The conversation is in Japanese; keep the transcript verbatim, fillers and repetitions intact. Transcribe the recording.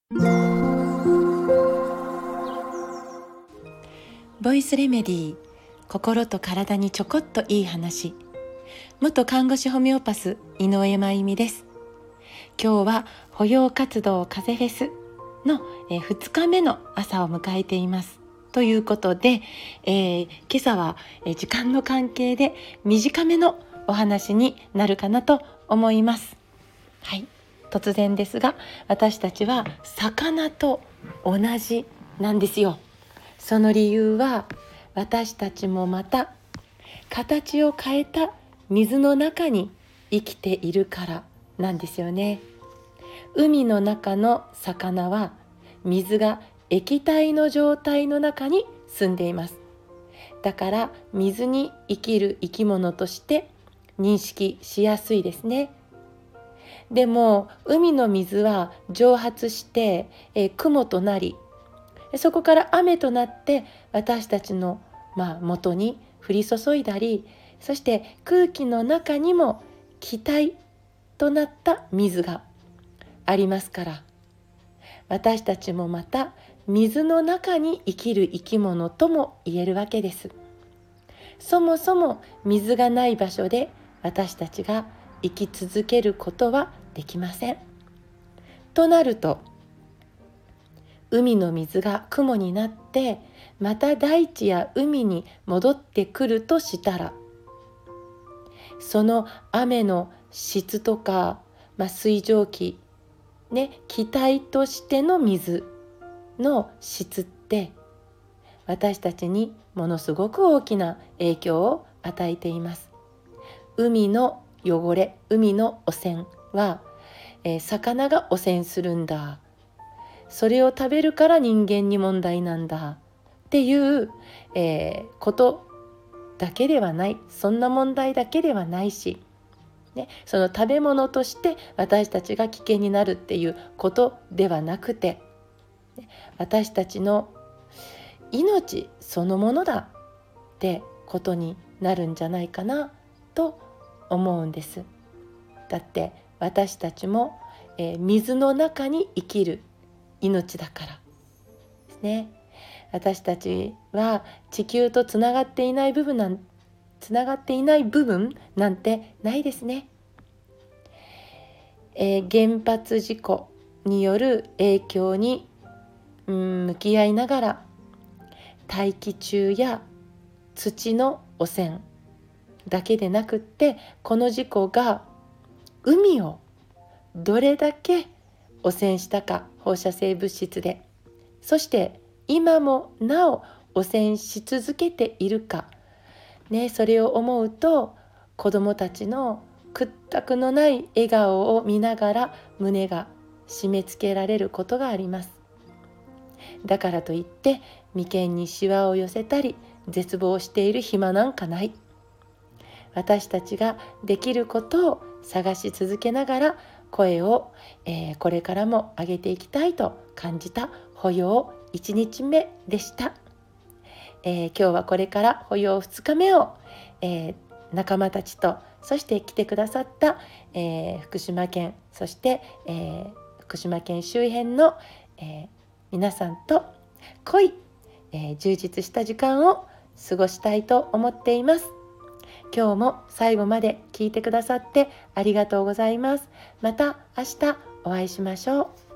ボイスレメディー、心と体にちょこっといい話。元看護師ホメオパス井上真由美です。今日は保養活動風フェスのふつかめの朝を迎えていますということで、えー、今朝は時間の関係で短めのお話になるかなと思います。はい、突然ですが、私たちは魚と同じなんですよ。その理由は、私たちもまた形を変えた水の中に生きているからなんですよね。海の中の魚は水が液体の状態の中に住んでいます。だから水に生きる生き物として認識しやすいですね。でも海の水は蒸発して、えー、雲となり、そこから雨となって私たちの、まあ、元に降り注いだり、そして空気の中にも気体となった水がありますから、私たちもまた水の中に生きる生き物とも言えるわけです。そもそも水がない場所で私たちが生き続けることはできません。となると、海の水が雲になってまた大地や海に戻ってくるとしたら、その雨の質とか、まあ、水蒸気、ね、気体としての水の質って私たちにものすごく大きな影響を与えています。海の汚れ、海の汚染は、えー、魚が汚染するんだ、それを食べるから人間に問題なんだっていう、えー、ことだけではない。そんな問題だけではないし、ね、その食べ物として私たちが危険になるっていうことではなくて、私たちの命そのものだってことになるんじゃないかなと思うんです。だって私たちも、えー、水の中に生きる命だからですね。私たちは地球とつながっていない部分なんつながっていない部分なんてないですね。えー、原発事故による影響にうん向き合いながら、大気中や土の汚染だけでなくって、この事故が海をどれだけ汚染したか、放射性物質で、そして今もなお汚染し続けているか、ね、それを思うと子どもたちの屈託のない笑顔を見ながら胸が締め付けられることがあります。だからといって眉間にシワを寄せたり絶望している暇なんかない。私たちができることを探し続けながら声を、えー、これからも上げていきたいと感じた保養いちにちめでした。えー、今日はこれから保養ふつかめを、えー、仲間たちと、そして来てくださった、えー、福島県、そして、えー、福島県周辺の、えー、皆さんと濃い、えー、充実した時間を過ごしたいと思っています。今日も最後まで聞いてくださってありがとうございます。また明日お会いしましょう。